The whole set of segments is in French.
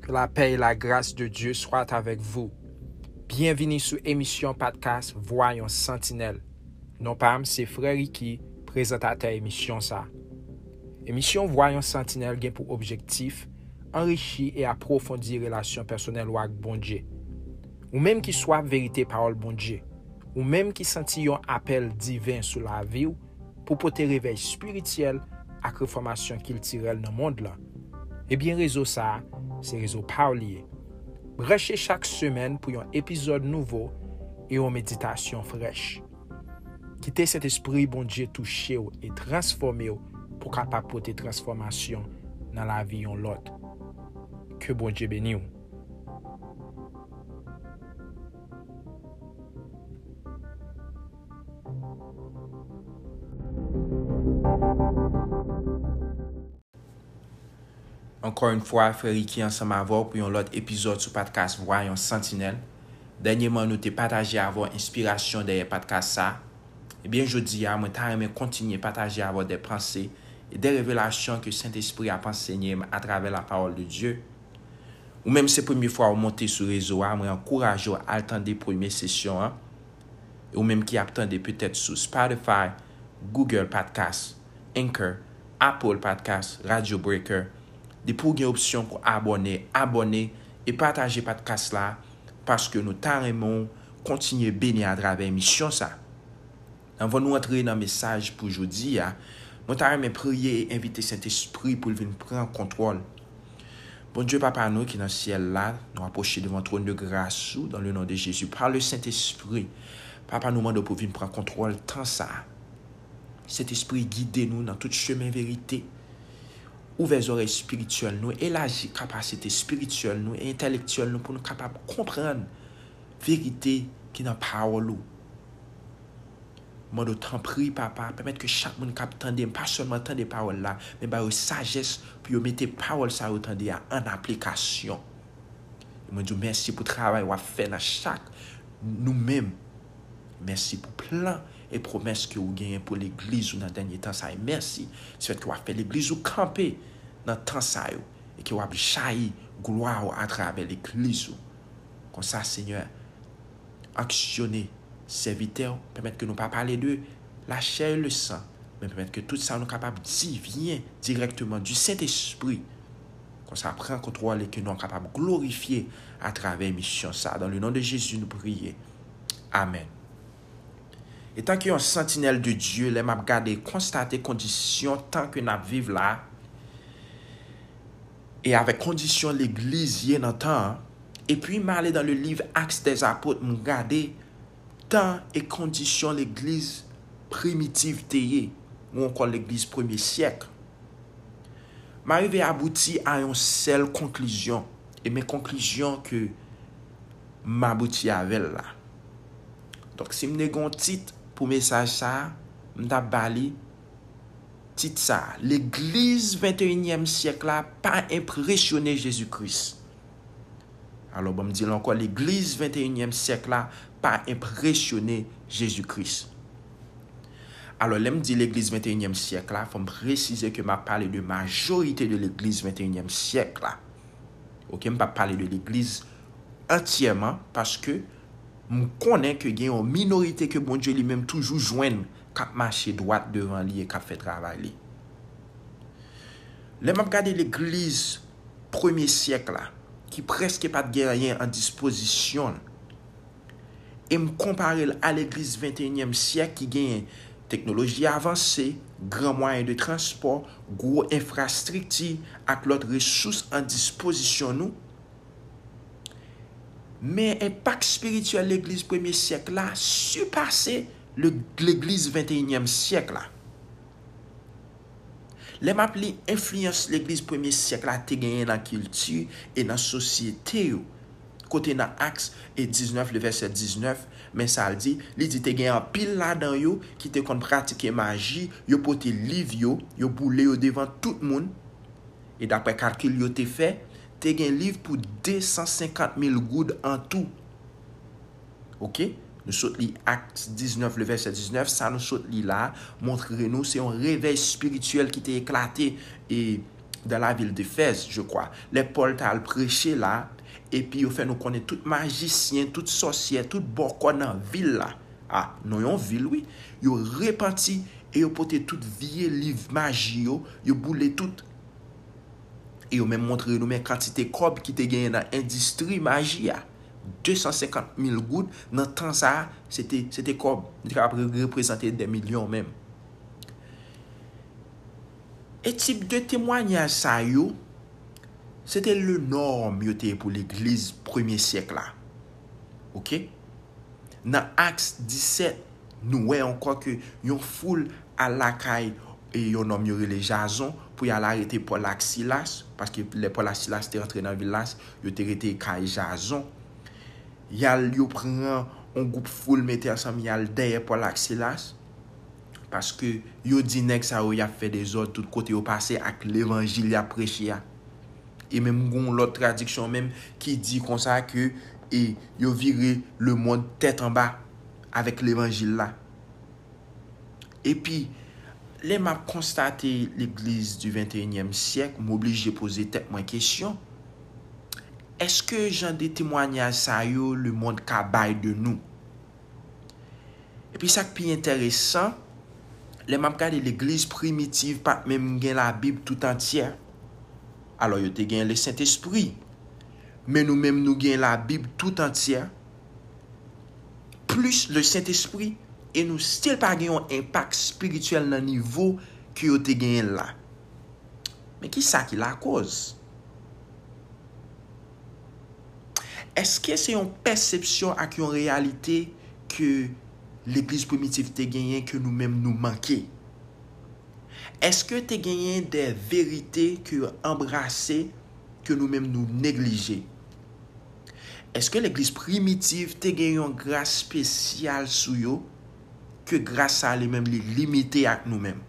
Que la paix et la grâce de Dieu soient avec vous. Bienvenue sur émission podcast Voyons Sentinelle. Non pas c'est frère qui présentateur émission ça. Émission Voyons Sentinelle a pour objectif enrichir et approfondir relation personnelle avec bon Dieu. Ou même qui soit vérité parole bon Dieu. Ou même qui senti un appel divin sur la vie pour porter réveil spirituel à réformation qu'il tire dans le monde là. Eh bien réseau ça, c'est réseau Parlier. Branchez chaque semaine pour un épisode nouveau et une méditation fraîche. Quittez cet esprit bon Dieu touché et transformé pour capable porter transformation dans la vie de l'autre. Que bon Dieu bénisse. Encore une fois, frère Ricky ensemble avec vous pour un autre épisode sur podcast Voyons Sentinelle. Dernièrement, nous avons partagé avec inspiration derrière podcast ça. Eh bien, je dis à moi, je continuer à partager avec des pensées et des révélations que Saint-Esprit a enseignées à travers la parole de Dieu. Ou même c'est la première fois que vous montez sur le réseau, je encourage à attendre les premières sessions. Ou même qui attendent peut-être sur Spotify, Google Podcast, Anchor, Apple Podcast, Radio Breaker. Des pour une option pour abonner et partager podcast là parce que nous t'aimons continuer bénir à travers l'émission ça. Avant nous entrer dans le message pour aujourd'hui, nous t'aimons prier et inviter Saint-Esprit pour venir prendre contrôle. Bon Dieu Papa nous qui est dans le ciel là, nous approcher devant le trône de grâce dans le nom de Jésus par le Saint-Esprit. Papa nous demande pour venir prendre contrôle tant ça. Saint-Esprit guide-nous dans tout chemin vérité. Ouvrez les oreilles spirituelles, nous élargir capacité spirituelle, nous et intellectuelle, nous pour nous capables de comprendre la vérité qui est dans la parole. Moi, t'en prie, papa, permettre que chaque monde capte pas seulement entendre des paroles là, mais une sagesse pour mettre les paroles ça en application. Et moi, je dis merci pour le travail qu'on fait dans chaque nous-mêmes. Merci pour plein et promesses que vous gagnez pour l'église ou dans le dernier temps. Ça, merci. C'est fait que vous fait l'église ou camper dans le temps ça et que vous avez chahi gloire à travers l'église. Comme ça, Seigneur, actionner serviteurs, permettre que nous ne pas parler de la chair et le sang, mais permettre que tout ça nous capable d'y vient directement du Saint-Esprit. Comme ça, prend contrôle et que nous sommes capables de glorifier à travers mission ça. Dans le nom de Jésus, nous prions. Amen. Et tant qu'il y a un sentinelle de Dieu, les m'a regardé, constater conditions tant que nous vivons là. Et avec conditions l'église y est dans le temps. Et puis m'aller dans le livre Actes des Apôtres, me regarder temps et conditions l'église primitive théie ou encore l'église premier siècle. M'arrive à aboutir à une seule conclusion. Et mes conclusions que m'aboutis avec là. Donc si me un titre pour message ça, m'ta bali titre ça, l'église 21e siècle là pas impressionné Jésus-Christ. Alors bon me dire encore l'église 21e siècle là pas impressionné Jésus-Christ. Alors l'aime dit l'église 21e siècle là, faut me préciser que m'a parlé de majorité de l'église 21e siècle là. OK, m'a pas parler de l'église entièrement parce que je connais que il y a une minorité que bon Dieu lui-même toujours joindre cap marcher droite devant lui et cap fait travail. Là m'a regarder l'église premier siècle là qui presque pas de rien en disposition et me comparer à l'église 21e siècle qui gagne technologie avancée, grand moyen de transport, gros infrastructure avec l'autre ressources en disposition nous. Mais l'impact spirituel de l'église 1er siècle là surpassé l'église 21e siècle là. Les m'appli influence l'église 1er siècle là te gagné dans la culture et dans la société. Côté dans Actes et 19 le verset 19, mais ça dit, il dit te gagné en pile là-dedans yo qui te kon pratiquer magie, yo pote livre yo boule yo devant tout le monde. Et d'après calcul yo te fait te gen livre pour 250 000 goudes en tout. OK? Nous saute li Acte 19 le verset 19, ça nous saute li là, montre nous c'est un réveil spirituel qui t'est éclaté et dans la ville d'Éphèse, je crois. Les Paul t'a prêché là, et puis il fait nous connaître tout magicien, tout sorcier, tout bocon dans la ville là. Ah, non, yon ville, oui. Yo repenti et yo pote tout vieux livre magie yo boule tout. Et yo même montré nous mais quantité cob qui te gagné dans industrie magie. 250 000 gouttes dans temps ça, c'était cob. Il représentait des millions même. Et type de témoignage ça yo, c'était le norme pour l'église premier siècle là. OK? Dans Acts 17, nous voyons encore que yon foule à la caille et yon homme les Jason pour y aller arrêter Paul et Silas parce que les Paul et Silas étaient rentrés dans la ville là, ils étaient arrêtés caille Jason. Yo prend un groupe foule mettait ensemble yal derrière Paul et Silas parce que yo dit nèg ça y a fait des ordres tout côté au passé avec l'évangile y a prêché. Et même gon l'autre traduction même qui dit comme ça que et yo viré le monde tête en bas avec l'évangile là. Et puis les m'a constaté l'église du 21e siècle m'oblige poser tête moi question. Est-ce que genre des témoignages ça yo le monde cabaye de nous? Et puis ça qui est intéressant, les m'a regardé l'église primitive pas même gen la Bible tout entière. Alors yo te gen le Saint-Esprit. Mais nous-mêmes, nous gagnons la Bible tout entière, plus le Saint-Esprit, et nous still pas gagnons un impact spirituel dans le niveau que nous te gagné là. Mais qui ça qui la cause? Est-ce que c'est une perception à une réalité que l'église primitive te gagné que nous-mêmes nous manquons? Est-ce que te gagné des vérités que embrasser que nous-mêmes nous négligeons? Est-ce que l'église primitive te gagne une grâce spéciale sur yo que grâce à les mêmes les limiter à nous-mêmes?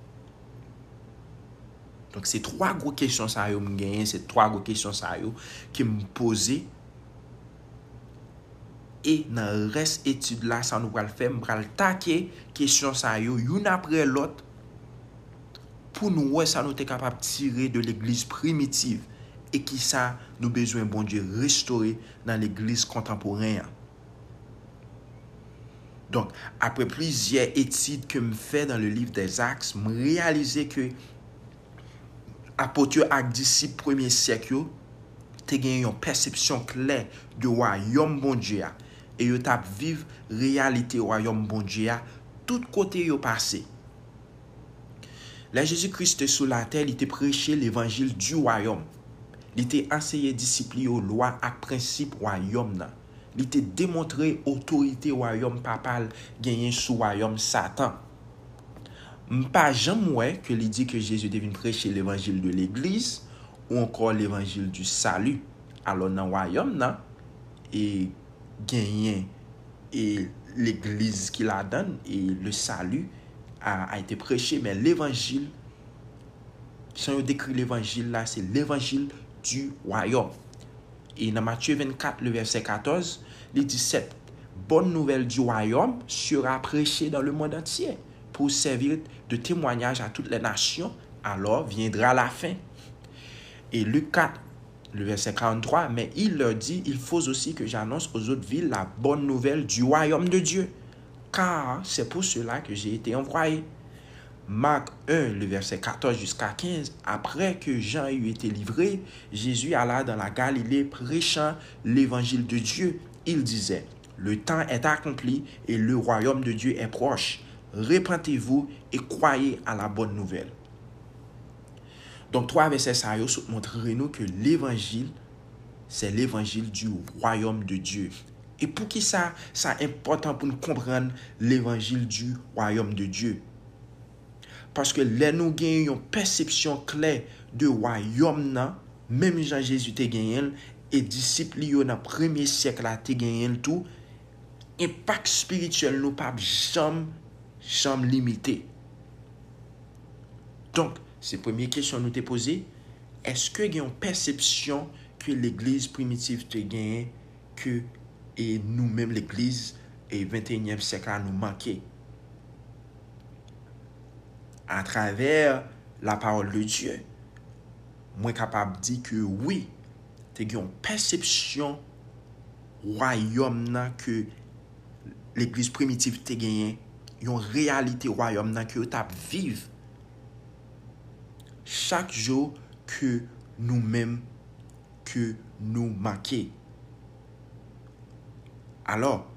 Donc c'est trois grosses questions ça yo m'gagné, c'est trois grosses questions ça yo qui me poser. Et dans le reste étude là ça nous va le faire, m'va le taquer question ça yo une après l'autre pour nous ouais ça nous est capable tirer de l'église primitive. Et qui ça nous besoin bon Dieu restaurer dans l'église contemporaine. Donc après plusieurs études que me fait dans le livre des Actes, me réaliser que apôtres et disciples premier siècle te gagné une perception claire de royaume bon Dieu et yo t'a vivre réalité royaume bon Dieu tout côté yo passé. Là Jésus-Christ sur la terre, il était prêché l'évangile du royaume. Il était enseigné discipline aux lois et principes royaume. Il était démontré autorité royaume papal gagné sous royaume Satan. Pas jamais que il dit que Jésus devait prêcher l'évangile de l'église ou encore l'évangile du salut. Alors dans royaume là et gagné et l'église qui la donne et le salut a été prêché mais l'évangile si on décrit l'évangile là c'est l'évangile du royaume. Et dans Matthieu 24, le verset 14, il dit cette bonne nouvelle du royaume sera prêchée dans le monde entier pour servir de témoignage à toutes les nations, alors viendra la fin. Et Luc 4, le verset 43, mais il leur dit, il faut aussi que j'annonce aux autres villes la bonne nouvelle du royaume de Dieu, car c'est pour cela que j'ai été envoyé. Marc 1, le verset 14 jusqu'à 15, après que Jean eut été livré, Jésus alla dans la Galilée prêchant l'évangile de Dieu. Il disait, le temps est accompli et le royaume de Dieu est proche. Repentez-vous et croyez à la bonne nouvelle. Donc, trois versets ça montrent-nous que l'évangile, c'est l'évangile du royaume de Dieu. Et pour qui ça est important pour nous comprendre l'évangile du royaume de Dieu? Parce que là, nous gagnons une perception claire de royaume, même Jean-Jésus te gagné, et disciples dans le premier siècle te gagné tout, impact spirituel nous pas jamais limité. Donc, c'est la première question nous te posée. Est-ce que vous avez une perception que l'église primitive te gagne que et nous-mêmes l'église et 21e siècle nous manquer? À travers la parole de Dieu. moi capable dire que oui, tu as une perception royaume nan que l'église primitive te gagné, une réalité royaume nan que tu vivre chaque jour que nous-mêmes que nous manquons. Alors,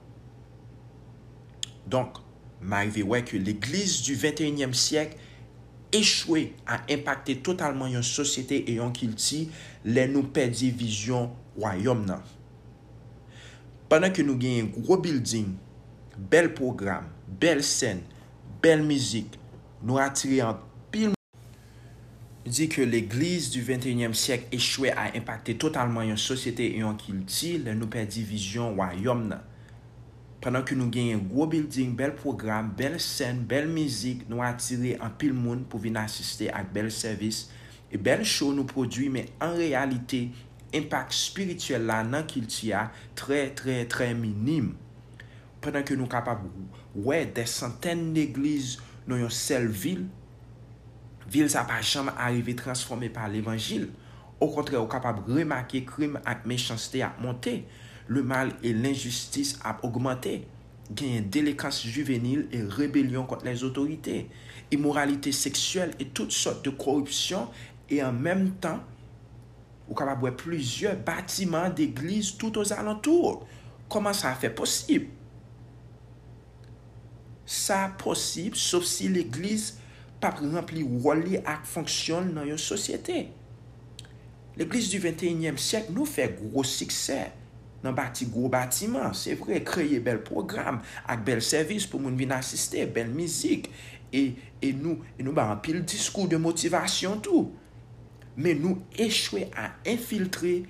donc, m'arrive ouais que l'église du 21e siècle échoué à impacter totalement une société et une culture, les nous perdons vision royaume nan. Pendant que nous gagnons un gros building, bel programme, belle scène, belle musique, nous attirons pile. Dit que l'église du 21e siècle échoué à impacter totalement une société et une culture, les nous perdons vision royaume nan. Pendant que nous gagnons un gros building, bel programme, belle scène, belle musique, nous attirons un pile monde pour venir assister à bel service et belle show nous produit, mais en réalité, impact spirituel là dans culture très minime. Pendant que nous capables ouais des centaines d'églises dans une seule ville ça pas jamais arrivé transformé par l'évangile. Au contraire, capable de remarquer crime et méchanceté à monter. Le mal et l'injustice a augmenté. Gain délinquance juvénile et rébellion contre les autorités. Immoralité sexuelle et toutes sortes de corruption. Et en même temps, vous capable de voir plusieurs bâtiments d'églises tout aux alentours. Comment ça fait possible? Ça possible, sauf si l'église pas rempli rôle et fonctionne dans une société. L'église du 21e siècle nous fait gros succès dans bâti gros bâtiments, c'est vrai, créer bel programme avec bel service pour moun venir assister, belle musique et nous ba un pile discours de motivation tout. Mais nous échouons à infiltrer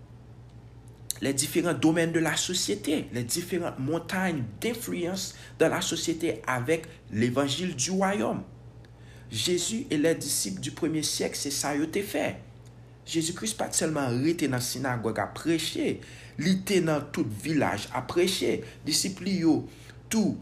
les différents domaines de la société, les différentes montagnes d'influence dans la société avec l'évangile du royaume. Jésus et les disciples du premier siècle, c'est ça qu'ils ont fait. Jésus-Christ pas seulement resté dans la synagogue à prêcher, il était dans tout village à prêcher. Disciples tout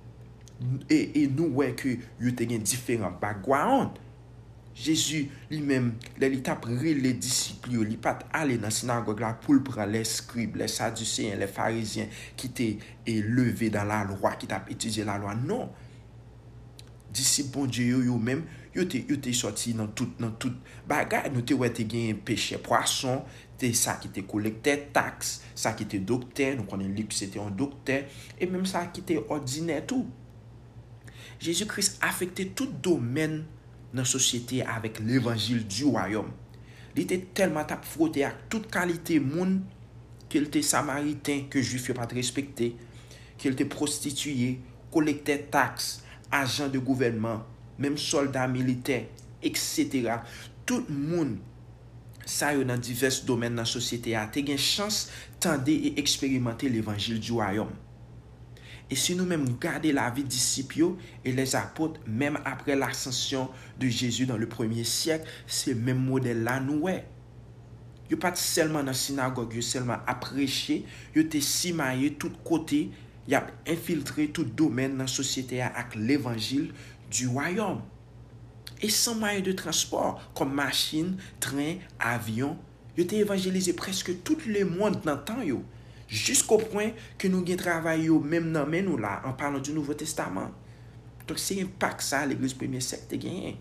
et nous ouais que ils ont différents backgrounds. Jésus lui-même, il t'a pris les disciples, il pas aller dans la synagogue là pour prendre les scribes, les sadducéens, les pharisiens qui étaient levés dans la loi, qui t'a étudié la loi. Non. Disciples bon Dieu yo même yo te sorti dans tout bagage nous te ouais te gain pêcher poisson te ça qui te collectait taxe ça qui te docteur nous connaît lui c'était un docteur et même ça qui était ordinaire tout. Jésus-Christ affectait tout domaine dans la société avec l'évangile du royaume. Il était tellement tap frotté à toute qualité monde qu'il était samaritain que juif pas respecté, qu'il était prostitué, collectait taxe, agent de gouvernement, même soldats militaires, etc. Tout le monde, ça y est dans divers domaines de la société, a une chance tendre et expérimenter l'évangile du royaume. Et si nous-mêmes regardons la vie des disciples et les apôtres, même après l'ascension de Jésus dans le premier siècle, c'est le même modèle-là nous est. Ils ne sont pas seulement dans la synagogue, ils sont seulement à prêcher, ils sont simaillés de tous côtés, il a infiltré tout domaine dans la société avec l'évangile du royaume. Et sans moyen de transport, comme machine, train, avion, il a évangélisé presque tout le monde dans le temps. Jusqu'au point que nous avons travaillé même dans nous là, en parlant du Nouveau Testament. Donc c'est impact ça, l'église du premier siècle a gagné.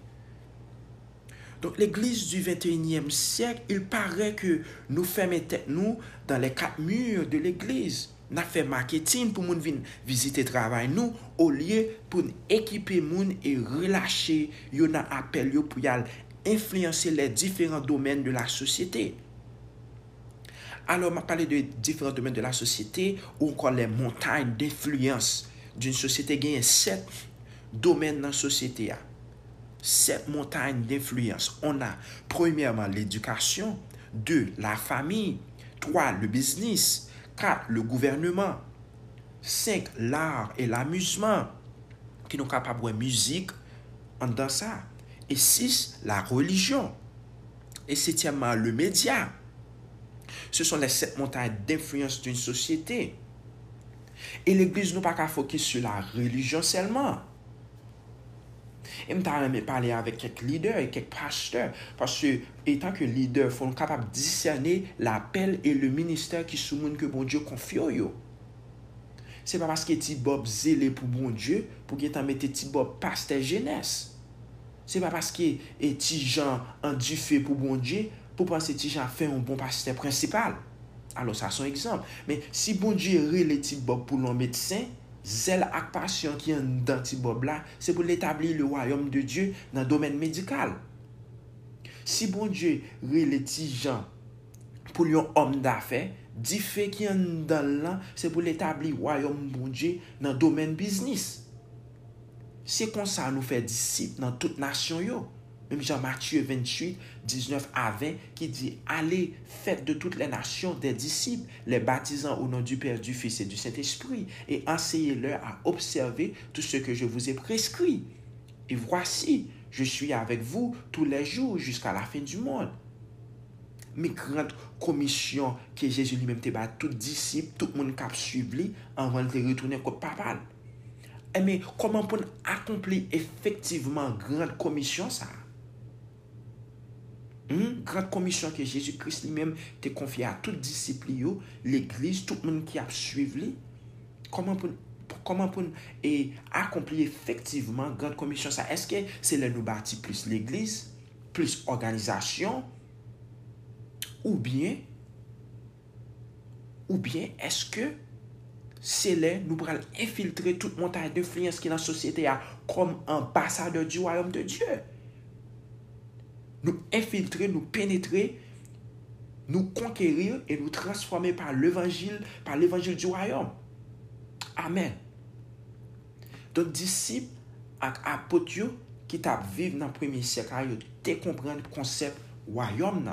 Donc l'église du 21e siècle, il paraît que nous fermons tête nous dans les quatre murs de l'église. Nous avons fait marketing pour nous venir visiter le travail nous, au lieu pour équiper nous et relâcher un appel pour influencer les différents domaines de la société. Alors, on va parler de différents domaines de la société ou encore les montagnes d'influence d'une société. Il y a 7 domaines dans la société. 7 montagnes d'influence. On a premièrement l'éducation, 2 la famille, 3 le business, 4 le gouvernement, 5 l'art et l'amusement, qui sont capables de musique en dans ça, et 6 la religion, et 7e le média. Ce sont les 7 montagnes d'influence d'une société. Et l'église n'a pas qu'à focus sur la religion seulement. Et je vais parler avec quelques leaders et quelques pasteurs. Parce que, étant que leaders, ils sont capables de discerner l'appel et le ministère qui sont que bon Dieu confie. Ce n'est pas parce que tu Bob zélé pour bon Dieu, pour que tu mettes petit Bob pasteur jeunesse. Ce n'est pas parce que tu Jean en du fait pour bon Dieu, pour penser que tu Jean fait un bon pasteur principal. Alors, ça, c'est un exemple. Mais si bon Dieu est les petits Bob pour l'homme médecin, zèle et passion qui est dans petit Bob là, c'est pour l'établir le royaume de Dieu dans le domaine médical. Si bon Dieu est les petits gens pour un homme d'affaires, dit fait qui est dans là, c'est pour l'établir royaume bon Dieu dans le domaine business. C'est comme ça nous fait disciples dans toute nation yo. Même Jean-Matthieu 28, 19 à 20, qui dit « Allez, faites de toutes les nations des disciples, les baptisant au nom du Père, du Fils et du Saint-Esprit, et enseignez-leur à observer tout ce que je vous ai prescrit. Et voici, je suis avec vous tous les jours jusqu'à la fin du monde. » Mais grande commission que Jésus lui-même te bat tout disciple, tout le monde qui a suivi avant de retourner contre papa. Mais comment pour accomplir effectivement grande commission ça? Grande commission que Jésus-Christ lui-même te confie à tout disciple, l'église, tout le monde qui a suivi. Comment pour accomplir effectivement grande commission ça? Est-ce que c'est le nous bâtir plus l'église, plus organisation, ou bien est-ce que c'est là nous pourrons infiltrer toute montagne d'influence qui est dans la société comme ambassadeur du royaume de Dieu? Nous infiltrer, nous pénétrer, nous conquérir et nous transformer par l'évangile du royaume. Amen. Donc, disciples et apôtres qui t'a vécu dans le premier siècle, te comprendre le concept royaume.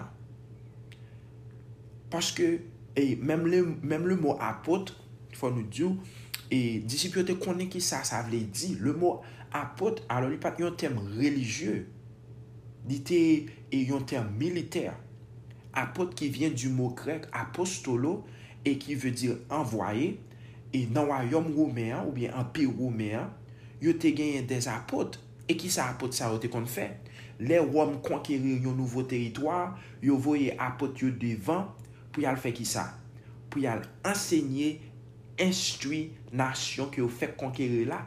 Parce que même le mot apôtre, il faut nous dire, et disciples te connaissent qui ça veut dire. Le mot apôtre, alors il n'y a pas un terme religieux. Il y a un terme militaire. Apôtre qui vient du mot grec apostolo et qui veut dire envoyé. Et dans le royaume romain ou bien empire romain, il y a des apôtres. Et qui ça apôtre ça a été qu'on fait? Les Roms conquérir un nouveau territoire, ils voyaient apôtres devant pour y aller faire qui ça? Pour y aller enseigner, instruire nation qui ont fait conquérir là.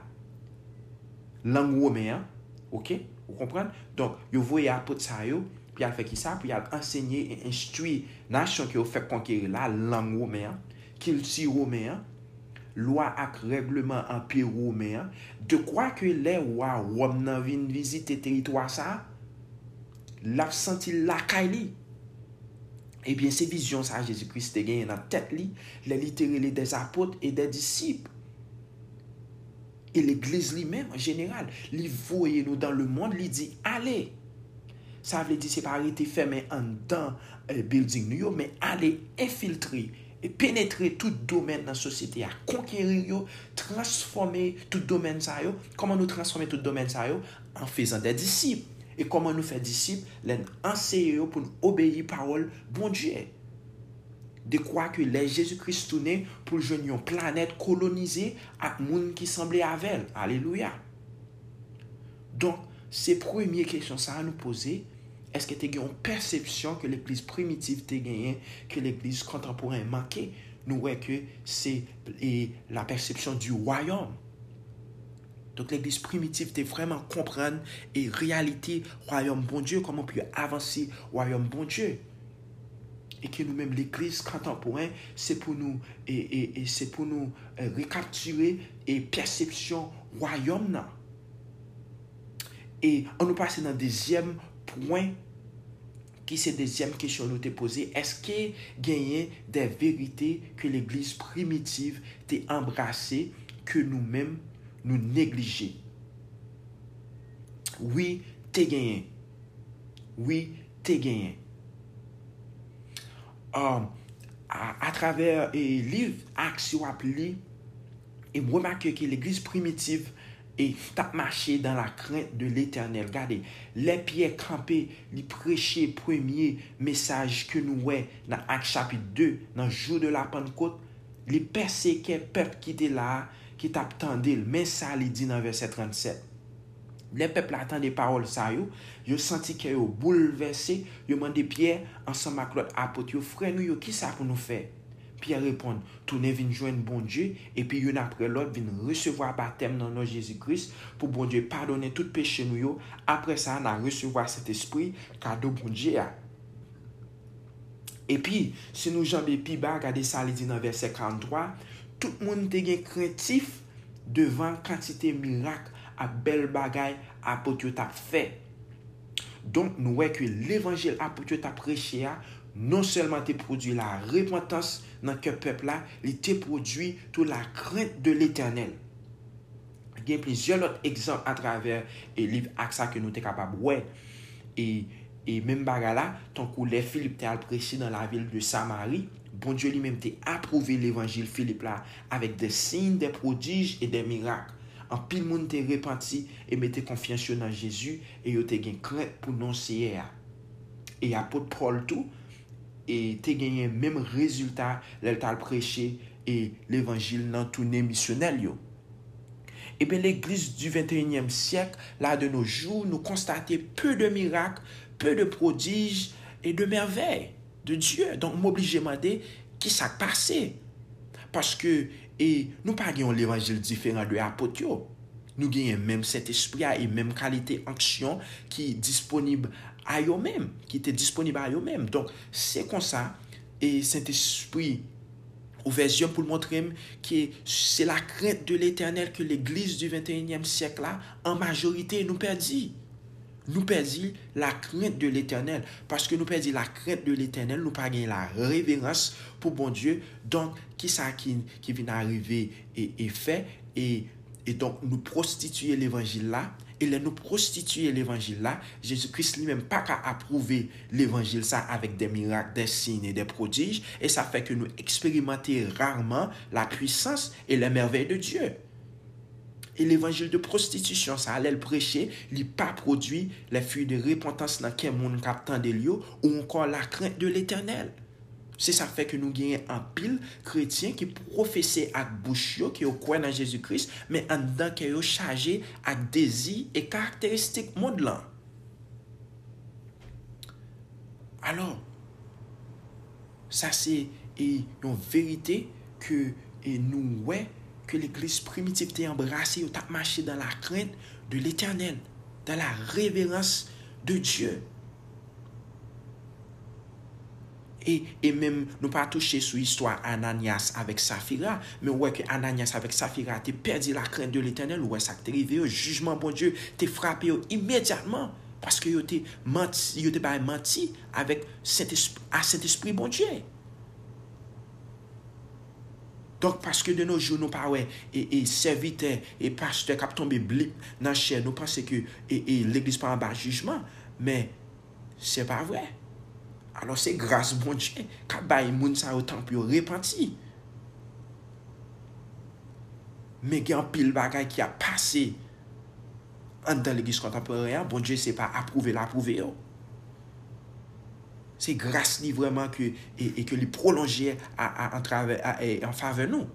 Langue romaine, OK? Vous comprenez? Donc, vous voyez apôtre ça, puis il fait qui ça? Puis il enseigner et instruire nation qui ont fait conquérir la langue romaine, culture romaine, loi et règlement empire romain. De quoi que les rois Rome viennent visiter territoire ça? L'a senti la caille. Eh bien, ces visions ça Jésus-Christ a gagné dans la tête les littéralement des apôtres et des disciples. Et l'église lui-même, en général, il voyait nous dans le monde, il dit, allez. Ça veut dire, c'est pas arrêter fermé en dans building, mais allez infiltrer et pénétrer tout domaine dans la société, à conquérir, transformer tout domaine ça. Comment nous transformer tout domaine ça? En faisant des disciples. Et comment nous faire disciples? Les enseigner pour nous obéir à la parole bon Dieu. De quoi que les Jésus-Christ tourné pour joindre une planète colonisée avec des gens qui semblaient avec elle. Alléluia. Donc, ces premières questions ça à nous poser, est-ce que tu as une perception que l'église primitive t'a gagné, que l'église contemporaine manquait? Nous voyons que c'est la perception du royaume. Donc l'église primitive t'a vraiment comprendre et réalité royaume bon Dieu, comment on peut avancer royaume bon Dieu. Et que nous-mêmes, l'église contemporaine, c'est pour nous, c'est pour nous recapturer et perception royaume. Et on nous passe dans le deuxième point, qui c'est la deuxième question nous te posée. Est-ce qu'il y a des vérités que l'église primitive t'a embrassées, que nous-mêmes, nous négligeons? Oui, t'es gagné. Oui, t'es gagné. À travers les livres, actions appelés, et remarquez que l'église primitive est marché dans la crainte de l'éternel. Regardez, les pierres campées, les prêcher premier message que nous voyons dans Actes chapitre 2, dans le jour de la Pentecôte, les persécutés peuple qui était là, qui t'attendait, mais ça, il dit dans verset 37. les peuples attendent des paroles ça yo senti que yo bouleversé, yo mandé Pierre ensemble avec l'autre apôtre yo frère nous yo qui ça pour nous faire. Pierre répond, tournez vinn joindre bon Dieu et puis une après l'autre vinn recevoir baptême dans notre Jésus-Christ pour bon Dieu pardonner tout péché nous yo. Après ça on a recevoir cet esprit cadeau bon Dieu. Et puis si nous jambes pi bas regardez ça il dit dans verset 43, tout le monde était craintif devant quantité miracle à belle bagaille apôtre t'a fait. Donc nous voyons que l'évangile apôtre t'a prêché non seulement te produit la repentance dans le peuple là, il te produit toute la crainte de l'Éternel. Il y a plusieurs autres exemples à travers le livre Actes que nous sommes capables de voir. Et même bagala, tant que les Philippe t'a prêché dans la ville de Samarie, bon Dieu lui-même t'a approuvé l'évangile Philippe là avec des signes, des prodiges et des miracles. En pile monde t'a repenti et mettez confiance dans Jésus et yo t'a gagné crainte pour annoncer. Et apôtre Paul tout et t'a gagné même résultat l'elle prêché et l'évangile dans tournée missionnelle yo. Et bien l'église du 21e siècle, là de nos jours, nous constatons peu de miracles, peu de prodiges et de merveilles de Dieu. Donc, m'oblige à demander qui s'est passé. Parce que nous pas avons l'évangile différent de l'apôtre. Nous avons même cet esprit et même qualité action qui est disponible à eux-mêmes, qui était disponible à eux-mêmes. Donc, c'est comme ça. Et cet esprit ouverture pour montrer que c'est la crainte de l'Éternel que l'église du 21e siècle là, en majorité, nous perdit. Nous perdit la crainte de l'Éternel. Parce que nous perdit la crainte de l'Éternel, nous pas gagné la révérence pour bon Dieu. Donc, qui ça qui vient arriver et fait. Et donc, nous prostituer l'évangile là. Et là, nous prostituer l'évangile là, Jésus-Christ lui-même pas qu'à approuver l'évangile ça avec des miracles, des signes et des prodiges. Et ça fait que nous expérimentons rarement la puissance et les merveilles de Dieu. Et l'évangile de prostitution, ça allait le prêcher, il n'a pas produit les fruits de repentance dans quel monde captant des lieux ou encore la crainte de l'Éternel. C'est ça fait que nous gagnons un pile chrétien qui professe avec bouche qui croit dans Jésus-Christ, mais en dedans qui est chargé avec désir et caractéristiques monde là. Alors, ça c'est une vérité que nous voyons que l'église primitive t'a embrassé, t'a marché dans la crainte de l'Éternel, dans la révérence de Dieu. Et même, nous pas touché sur l'histoire Ananias avec Saphira, mais ouais que Ananias avec Saphira t'es perdu la crainte de l'Éternel, ouais ça t'est arrivé, le jugement bon Dieu t'es frappé immédiatement parce que t'es menti avec cet esprit bon Dieu. Donc parce que de nos jours nous pas ouais et serviteur et pasteur qui tombé blip dans chair, nous pensons que l'église pas en bas jugement, mais c'est pas vrai. Alors c'est grâce bon Dieu qu'a bail moun sa autant pour repenti. Mais il y a un pile bagay qui a passé dans l'église contemporaine, bon Dieu c'est pas approuvé. C'est grâce lui vraiment que que lui prolonger en faveur nous.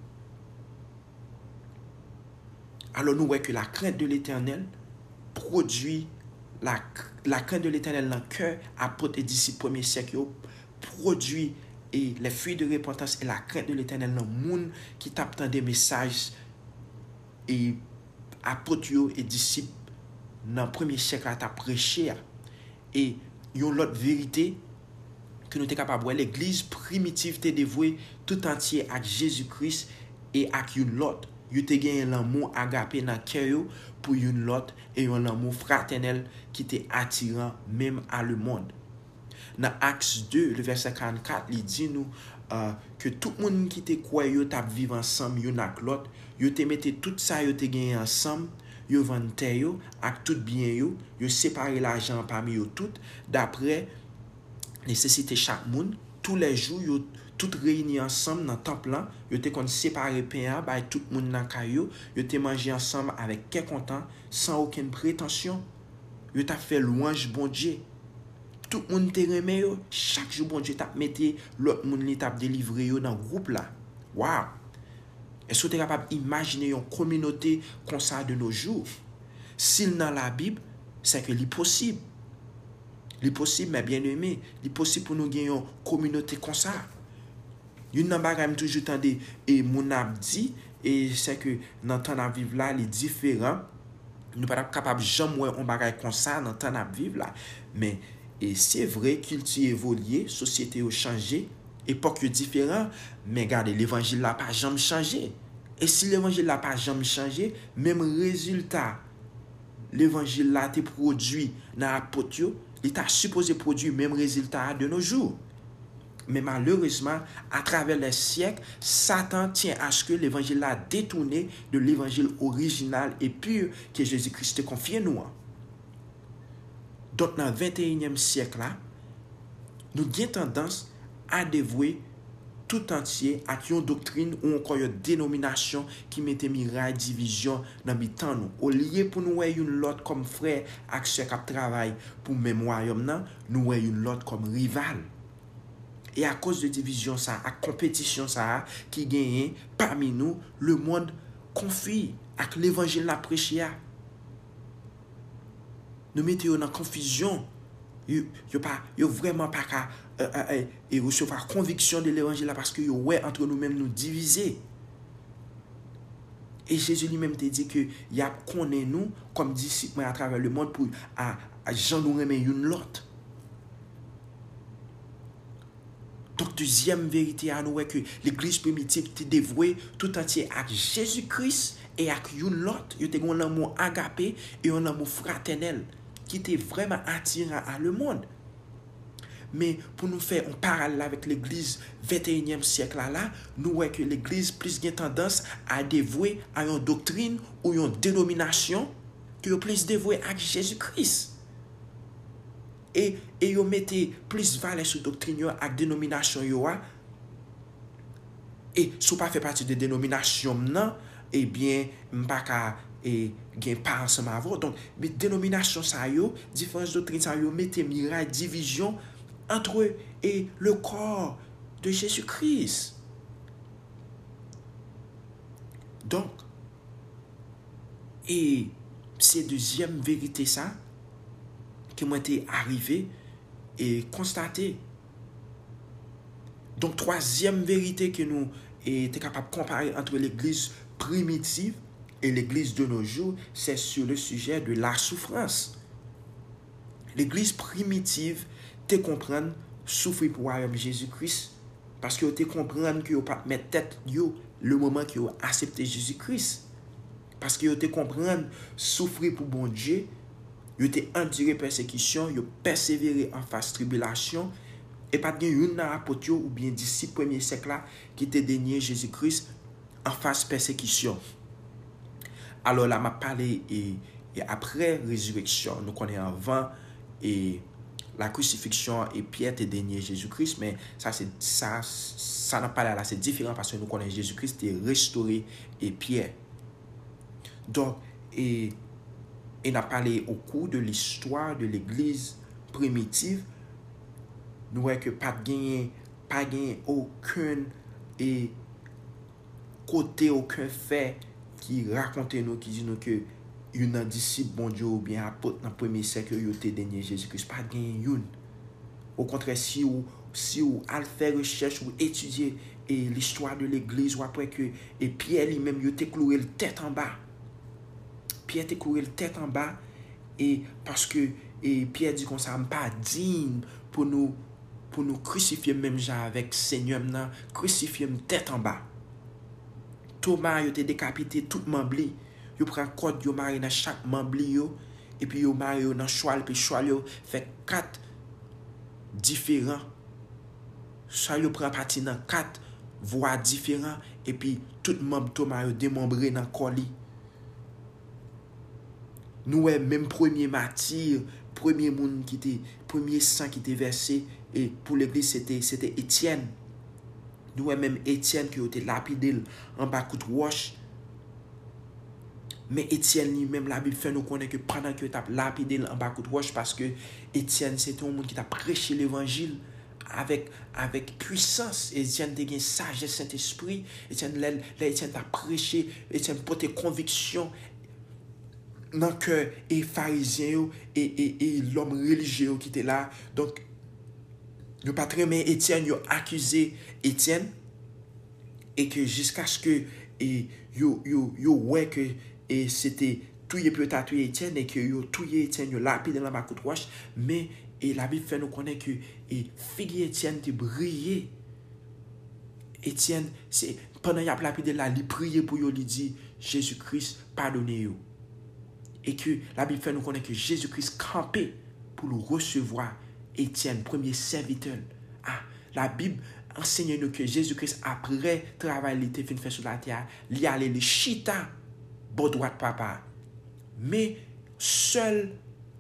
Alors nous voyons que la crainte de l'Éternel produit la crainte de l'Éternel dans le cœur, apôtres et disciples premier siècle, produit et les fruits de repentance et la crainte de l'Éternel dans le monde qui t'attend des messages et apôtres et disciples dans le premier siècle à prêcher. Et il y a une autre vérité que nous sommes capables de voir. L'église primitive t'est dévouée tout entier à Jésus-Christ et à une l'autre. Vous avez gagné l'amour agapé dans le cœur pour une l'autre et un amour fraternel qui était attirant même à le monde. Dans Actes 2, le verset 44, il dit nous que tout le monde qui te croit, yo t'a vivre ensemble, yon avec l'autre, yo te mette tout ça, yo te gagné ensemble, yo vend terre yo, avec tout bien yo séparé l'argent parmi yo tout, d'après nécessité chaque monde, tous les jours, yo tout réunis ensemble dans le temple là, yo te kon séparé pain ba tout le monde dans caillou, yo te mangé ensemble avec quel content, sans aucune prétention. Yo t'a fait louange bon Dieu. Tout le monde te remet yo, chaque jour bon Dieu t'a metté l'autre monde li t'a délivré yo dans groupe là. Waouh. Est-ce que tu es capable d'imaginer une communauté comme ça de nos jours? s'il dans la Bible, c'est que c'est possible. C'est possible, mais bien aimé. C'est possible pour nous gagner une communauté comme ça. Une nan bagay toujours tande et mon ap dit et c'est que dans temps à vivre là les différents nous pas capable jamais on bagay comme ça dans temps à vivre là mais et c'est vrai culture évolué société a changé époque différent mais regardez l'évangile là pas jamais changé et si l'évangile là pas jamais changé même résultat l'évangile là te produit dans apôtre yo il t'a supposé produire même résultat de nos jours. Mais malheureusement, à travers les siècles, Satan tient à ce que l'évangile a détourné de l'évangile original et pur que Jésus-Christ a confié nous. Donc, dans le 21e siècle, là, nous avons tendance à dévouer tout entier à une doctrine ou encore une dénomination qui mette miraille division dans le temps nous. Au lieu pour nous une l'autre comme frère avec ceux qui travaillent pour le même royaume, nous une l'autre comme rival. Et à cause de division ça, à compétition ça qui gagne parmi nous, le monde confie avec l'évangile la prêché. Nous mettons dans confusion. Yo vraiment pas qu'à recevoir conviction de l'évangile là parce que yo ouais entre nous-mêmes nous diviser. Et Jésus lui-même te dit que y a connaît nous comme disciples à travers le monde pour à Jean nous remet une l'autre. Donc, deuxième vérité à nous est que l'église primitive était dévouée tout entier à Jésus-Christ et à une l'autre. Il y a un amour agapé et un amour fraternel qui était vraiment attirant à le monde. Mais pour nous faire un parallèle avec l'église 21e siècle là, nous voyons que l'église plus a tendance à dévouer à une doctrine ou une dénomination qui est plus dévouée à Jésus-Christ. Et yo mettez plus valeur sur doctrine avec dénomination yo et si pas fait partie de dénomination non eh bien m'pa ka et gen pas ensemble avant donc mais dénomination ça yo différentes doctrines ça yo mettez miraille division entre eux et le corps de Jésus-Christ. Donc et c'est deuxième vérité ça qui m'ont été arrivé et constaté. Donc, troisième vérité que nous sommes capables de comparer entre l'église primitive et l'église de nos jours, c'est sur le sujet de la souffrance. L'église primitive te comprendre souffrir pour Jésus-Christ parce que te comprendre que vous pas mettre tête yo le moment que vous accepté Jésus-Christ parce que te comprendre souffrir pour bon Dieu. Yo te enduré persécution, yo persévéré en face tribulation et pas de une apôtre ou bien disciple premier siècle là qui te dénié Jésus-Christ en face persécution. Alors là m'a parlé et après résurrection, nous connaissons avant et la crucifixion et Pierre te dénié Jésus-Christ mais ça n'a pas là c'est différent parce que nous connaissons Jésus-Christ est restauré et Pierre. Donc et n'a parlé au cours de l'histoire de l'église primitive, nous voyons que pas gagné aucun côté, aucun fait qui raconte nous, qui dit nous que une disciple bon Dieu ou bien apôtre dans le premier siècle il était dernier Jésus-Christ, pas gagné une. Au contraire, si vous allez faire recherche ou étudier l'histoire de l'église ou après que et Pierre lui-même il était cloué le tête en bas. Pierre était couru le tête en bas et parce que Pierre dit qu'on ne pas digne pour nous crucifier même avec Seigneur nan crucifier tête en bas. Thomas il était décapité tout membre. Il prend corde yo maré dans chaque membre yo et puis yo maré dans cheval puis cheval yo fait 4 différents. Cheval yo prend parti dans 4 voies différents et puis tout membre Thomas yo démembré dans corps li. Nous même premier martyr, premier monde qui était premier sang qui était versé et pour l'église c'était Étienne. Nous même Étienne qui était lapidé en bas de roche. Mais Étienne lui-même la Bible fait nous connaître que pendant que tu lapidé en bas de roche parce que Étienne c'était un monde qui t'a prêché l'évangile avec puissance. Étienne a une sagesse Saint-Esprit. Étienne t'a prêché, Étienne porté conviction. dans le cœur et pharisien et l'homme religieux qui était là. Donc, nous pas très bien Étienne, ils ont accusé Étienne et que jusqu'à ce que ouais que c'était tuer peut-être tuer Étienne et que yo tuer Étienne, yo lapidé dans ma côte roche, mais et la Bible fait nous connaître que fille Étienne te brillé. Étienne, c'est pendant y a lapidé là, il priait pour yo, il dit Jésus-Christ pardonnez yo. Et que la Bible fait nous connaître que Jésus-Christ campait pour le recevoir Étienne, premier serviteur. Ah, la Bible enseigne nous que Jésus-Christ, après travail, il était fait sur la terre, il allait le chita, bon droit de papa. Mais seul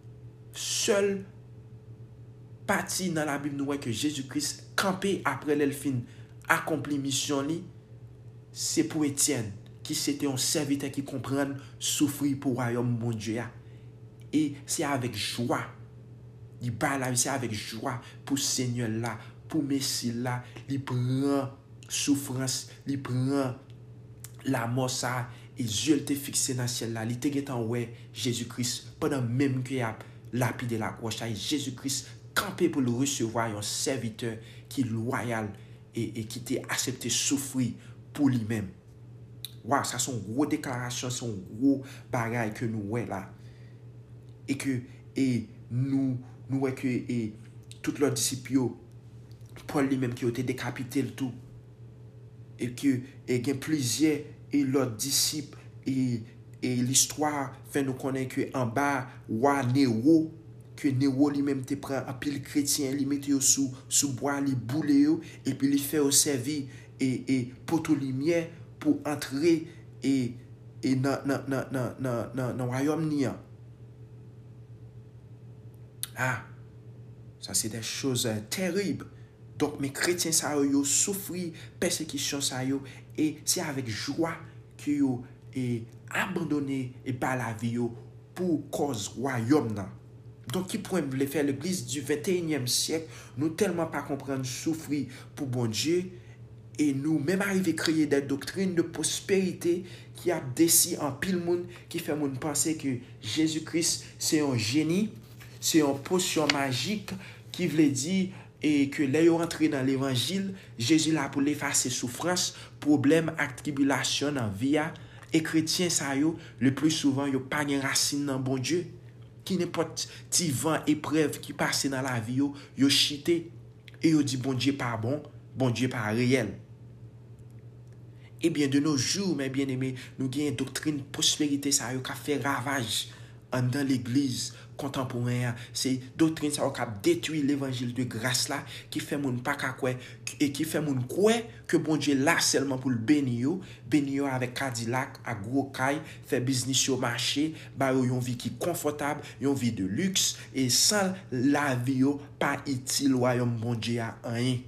partie dans la Bible nous voit que Jésus-Christ campait après l'elfine accompli mission li, c'est pour Étienne qui c'était un serviteur qui comprend souffrir pour le royaume mon Dieu. Et c'est avec joie. Il parle là, c'est avec joie pour Seigneur là, pour Messie là, il prend souffrance, il prend la mort ça, et Dieu était fixé dans le ciel là, il était en ouais Jésus-Christ pendant même qu'il a lapidé la croix, Jésus-Christ campé pour le recevoir un serviteur qui est loyal et qui était accepté souffrir pour lui-même. Wow, ça sont gros déclarations, sont gros bagailles que nous ouais là. Et que nous ouais que tous leurs disciples Paul lui-même qui a été décapité le tout. Et que il y a plusieurs et leurs disciples et l'histoire fait nous connaître que en bas roi Néro que Néro lui-même te prend un pile chrétien, il mette sous bois, il boule et puis il fait au service et pour tout lumière pour entrer et dans royaume nian. Ah, ça c'est des choses terribles. Donc mes chrétiens ça yo souffrir persécution ça yo et c'est avec joie que yo abandonné et par la vie yo pour cause royaume nan. Donc qui pourrait voulait faire l'église du 21e siècle, nous tellement pas comprendre souffrir pour bon Dieu et nous même arriver créer des doctrines de prospérité qui a décidé en pile monde qui fait monde penser que Jésus-Christ c'est un génie, c'est une potion magique qui veut dire et que les rentré dans l'évangile, Jésus là pour effacer souffrance, problème et tribulation en vie et chrétien ça yo le plus souvent yo pas une racine dans bon Dieu qui n'importe petit vent épreuve qui passe dans la vie yo chité et yo dit bon Dieu pas bon Dieu pas réel. Et bien de nos jours mes bien-aimés, nous gagnons une doctrine prospérité ça yo qui fait ravage dans l'église contemporaine, c'est doctrine ça qui détruit l'évangile de grâce là qui fait moun pas quoi et qui fait moun quoi que bon Dieu là seulement pour le bénir avec Cadillac à gros caille fait business sur marché ba yo une vie qui confortable une vie de luxe et sans la vie yo pas utile royaume bon Dieu à rien.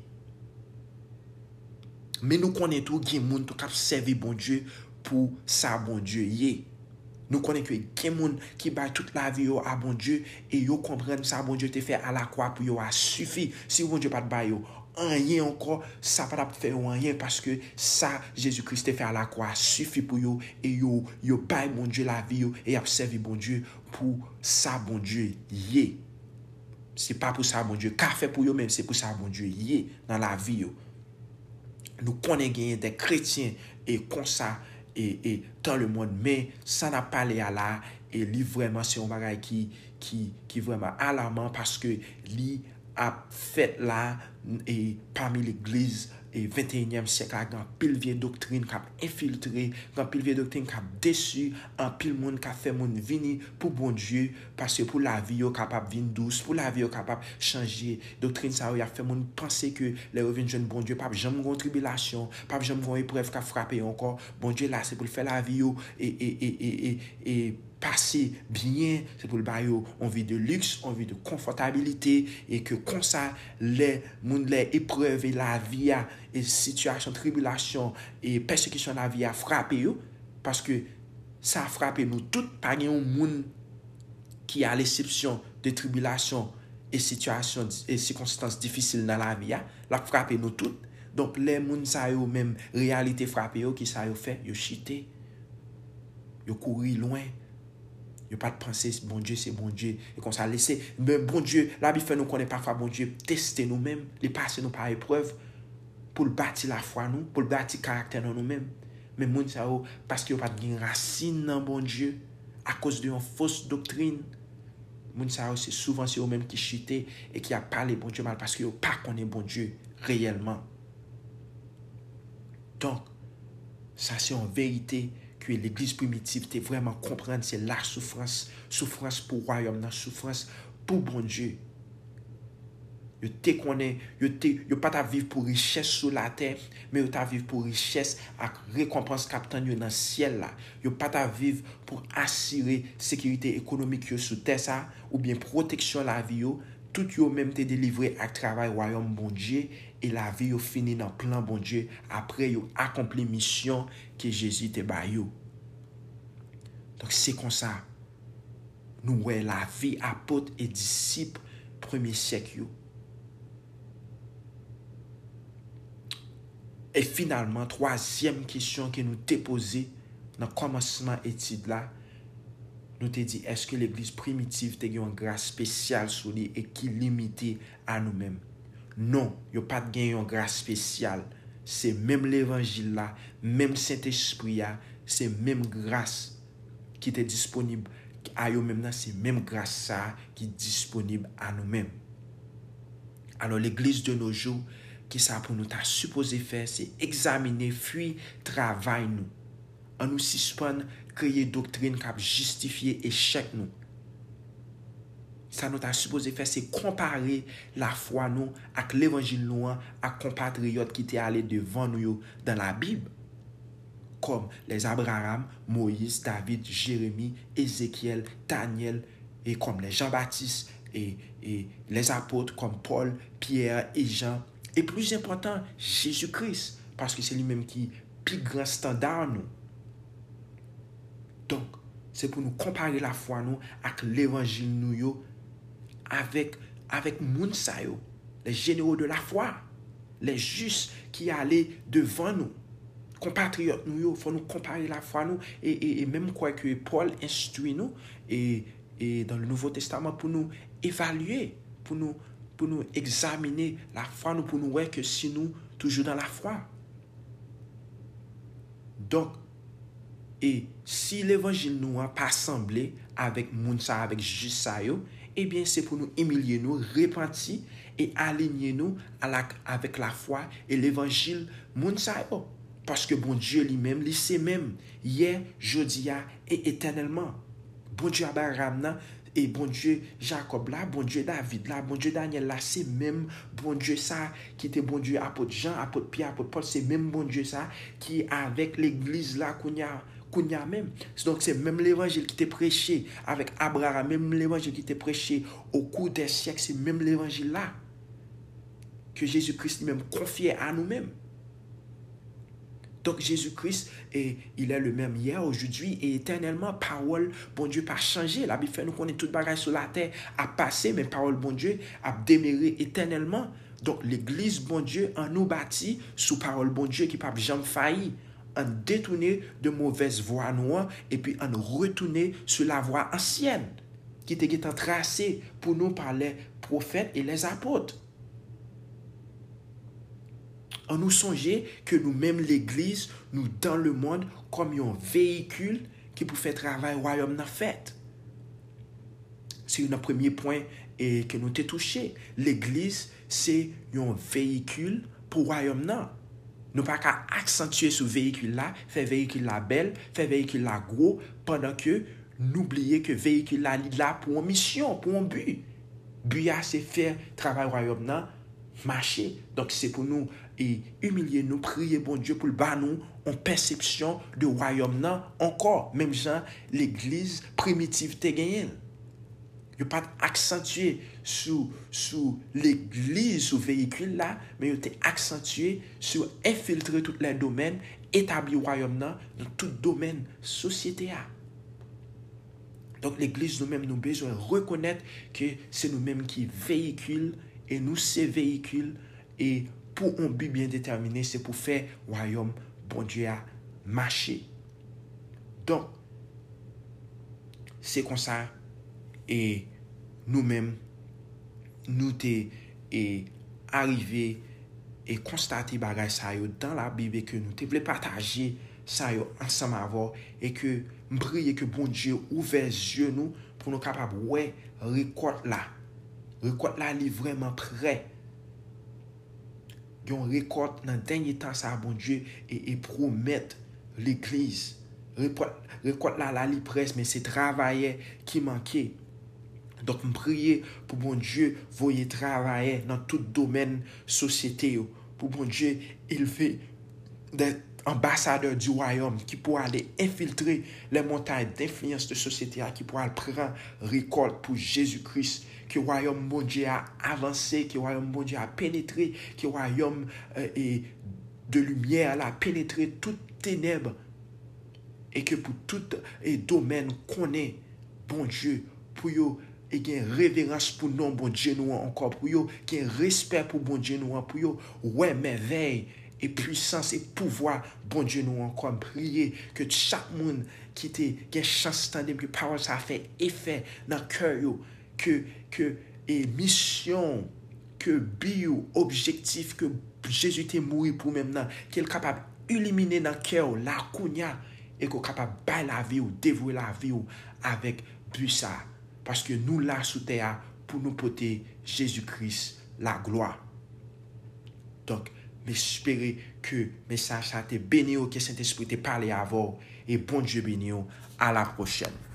Mais nous connaissons tout qui moun tout cap servir bon Dieu pour ça bon Dieu yé. Nous connaissons que quelqu'un qui bat toute la vie à bon Dieu et yo comprendre ça bon Dieu te fait à la croix pour yo a suffi. Si bon Dieu pas de ba yo rien encore, ça pas faire rien parce que ça Jésus-Christ te fait à la croix suffit pour yo et yo bail bon Dieu la vie yo et a servi bon Dieu pour ça bon Dieu yé. C'est pas pour ça bon Dieu qu'a fait pour yo même, c'est pour ça bon Dieu yé dans la vie yo. Nous connaissons des chrétiens et comme ça et dans le monde mais ça n'a pas l'air là et lui vraiment c'est un bagage qui vraiment alarmant parce que lui a fait là et parmi l'église et 21e siècle avec un pile vieille doctrine qui a infiltré, un pile vieille doctrine qui a déçu, un pile monde qui a fait monde venir pour bon Dieu parce que pour la vie yo capable venir douce, pour la vie yo capable changer doctrine ça a fait monde penser que les revenus jeune bon Dieu pas jamais gon tribulation, pas jamais gon épreuve qui a frappé encore. Bon Dieu là c'est pour faire la vie yo et passer bien, c'est pour le bail on vit de luxe, on vit de confortabilité et que comme ça les épreuves et la vie et situation tribulation et persécution de la vie a frappé parce que ça a frappé nous toutes pas un monde qui à l'exception de tribulation et situation et circonstances difficiles dans la vie la frappé nous toutes. Donc les monde ça yo même réalité frappé qui ça yo fait yo chité yo courir loin. Yo pas de penser bon Dieu c'est bon Dieu et comme ça laisser mais bon Dieu la Bible fait nous connaît parfois bon Dieu tester nous-mêmes, les passer nous par épreuve pour le bâtir la foi nous, pour le bâtir caractère dans nous-mêmes. Mais moun sa yo parce que yo pas de racine dans bon Dieu à cause de une fausse doctrine. Moun sa yo c'est souvent c'est eux même qui chuté et qui a parlé bon Dieu mal parce que yo pas connaît bon Dieu réellement. Donc ça c'est en vérité que l'église primitive te vraiment comprendre c'est la souffrance pour royaume, souffrance pour bon Dieu. Yo te connaît, yo pas ta vivre pour richesse sur la terre, mais yo ta vivre pour richesse avec récompense captain yo dans ciel là. Yo pas ta vivre pour assurer sécurité économique yo sur terre ça ou bien protection la vie yo, tout yo même te délivré avec travail royaume bon Dieu et la vie yo fini dans plan bon Dieu après yo accompli mission que Jésus te ba yo. Donc c'est comme ça nous ouais la vie apôtre et disciple premier siècle yo. Et finalement, troisième question que nous t'ai posée dans le commencement étude là, nous t'ai dit, est-ce que l'église primitive t'a une grâce spéciale sur lui et qui limité à nous-mêmes? Non, il n'y a pas de une grâce spéciale. C'est même l'évangile là, même Saint-Esprit là, c'est même grâce qui est disponible à nous-mêmes, c'est même grâce ça qui est disponible à nous-mêmes. Alors l'église de nos jours, qui ça pour nous t'a supposé faire, c'est examiner, fuir, travail nous. En nous suspendre, créer doctrine qui a justifié échec nous. Ça nous t'a supposé faire, c'est comparer la foi nous avec l'évangile nous à compatriotes qui étaient allés devant nous dans la Bible. Comme les Abraham, Moïse, David, Jérémie, Ézéchiel, Daniel, et comme les Jean-Baptiste et les apôtres comme Paul, Pierre et Jean. Et plus important, Jésus-Christ, parce que c'est lui-même qui est le plus grand standard nous. Donc, c'est pour nous comparer la foi nous avec l'évangile nous avec moun sa yo, les généraux de la foi, les justes qui allaient devant nous. Compatriotes nous, il faut nous comparer la foi nous et même quoi que Paul instruit nous et dans le Nouveau Testament pour nous évaluer, pour nous examiner la foi nous, pour nous voir que si nous toujours dans la foi. Donc et si l'évangile nous a pas semblé avec Mounsa, avec juste ça yo, eh bien c'est pour nous humilier nous, repentir et aligner nous avec la foi et l'évangile Mounsa yo. Parce que bon Dieu lui-même, lui c'est même hier, jeudi et éternellement. Bon Dieu Abraham et bon Dieu Jacob là, bon Dieu David là, bon Dieu Daniel là, c'est même bon Dieu ça qui était bon Dieu apôtre Jean, apôtre Pierre, apôtre Paul, c'est même bon Dieu ça qui est avec l'église là qu'on y a même. Donc c'est même l'évangile qui était prêché avec Abraham, même l'évangile qui était prêché au cours des siècles, c'est même l'évangile là que Jésus-Christ lui-même confiait à nous-mêmes. Donc Jésus-Christ, il est le même hier, aujourd'hui et éternellement. Parole, bon Dieu, pas changé. La Bible fait nous connaître toute bagaille sur la terre à passer, mais parole, bon Dieu, a demeuré éternellement. Donc l'église, bon Dieu, en nous bâtit sous parole, bon Dieu, qui pas jamais failli. En détourner de mauvaises voies noires et puis en retourner sur la voie ancienne qui était tracée pour nous par les prophètes et les apôtres. On nous songeait que nous-mêmes, l'Église, nous dans le monde comme un véhicule qui peut faire travail royaume dans fait. C'est un premier point que nous t'ai touché. L'Église, c'est un véhicule pour royaume non. Nous pas qu'à accentuer ce véhicule là, faire véhicule là belle, faire véhicule là gros, pendant que n'oubliez que véhicule là là pour une mission, pour un but. But c'est faire travail royaume non marcher. Donc c'est pour nous et humilier nous, prier bon Dieu pour le bas nous en perception de royaume non encore même genre l'église primitive te gagné. Il pas accentué sur l'église sur véhicule là, mais il était accentué sur infiltrer tous les domaines, établir royaume non dans tout domaine société a. Donc l'église nous-mêmes nous besoin reconnaître que c'est nous-mêmes qui véhiculent et nous ces véhicules et pour un but bien déterminé, c'est pour faire royaume bon Dieu à marcher. Donc c'est comme ça et nous-mêmes nous t'es et arrivé et constater bagay ça yo dans la Bible et que nous te voulons partager ça yo ensemble avant et que prier que bon Dieu ouvre les yeux nous pour nous capables ouais récolte là li vraiment prêt. Yon récolte dans dernier temps ça bon Dieu et promettre l'église récolte là li presse mais c'est travailler qui manquait. Donc, me prier pour bon Dieu, voyez travailler dans tout domaine société. Pour bon Dieu, il fait des ambassadeurs du royaume qui pourra aller infiltrer les montagnes d'influence de société, qui pourra prendre récolte pour Jésus-Christ. Que le royaume bon Dieu a avancé, que le royaume bon Dieu a pénétré, que le royaume de lumière a pénétré toutes ténèbres. Et que pour tout domaine qu'on est, bon Dieu, pour yo, et qu'il y a révérence pour nous, bon Dieu, nous encore, pour yo, qu'il y a respect pour bon Dieu, nous pour yo, ouais, merveille, et puissance et pouvoir, bon Dieu, nous encore, prier que chaque monde qui a chance d'entendre que parole ça fait effet dans le cœur, que et mission, que bio, objectif, que Jésus t'est mort pour maintenant, qu'il est capable d'éliminer dans le cœur la kounya, et qu'on est capable de bailler la vie ou dévouer la vie avec but. Parce que nous là sous terre pour nous porter Jésus-Christ la gloire. Donc, j'espère que le message a été béni, que Saint-Esprit t'a parlé avant. Et bon Dieu béni, à la prochaine.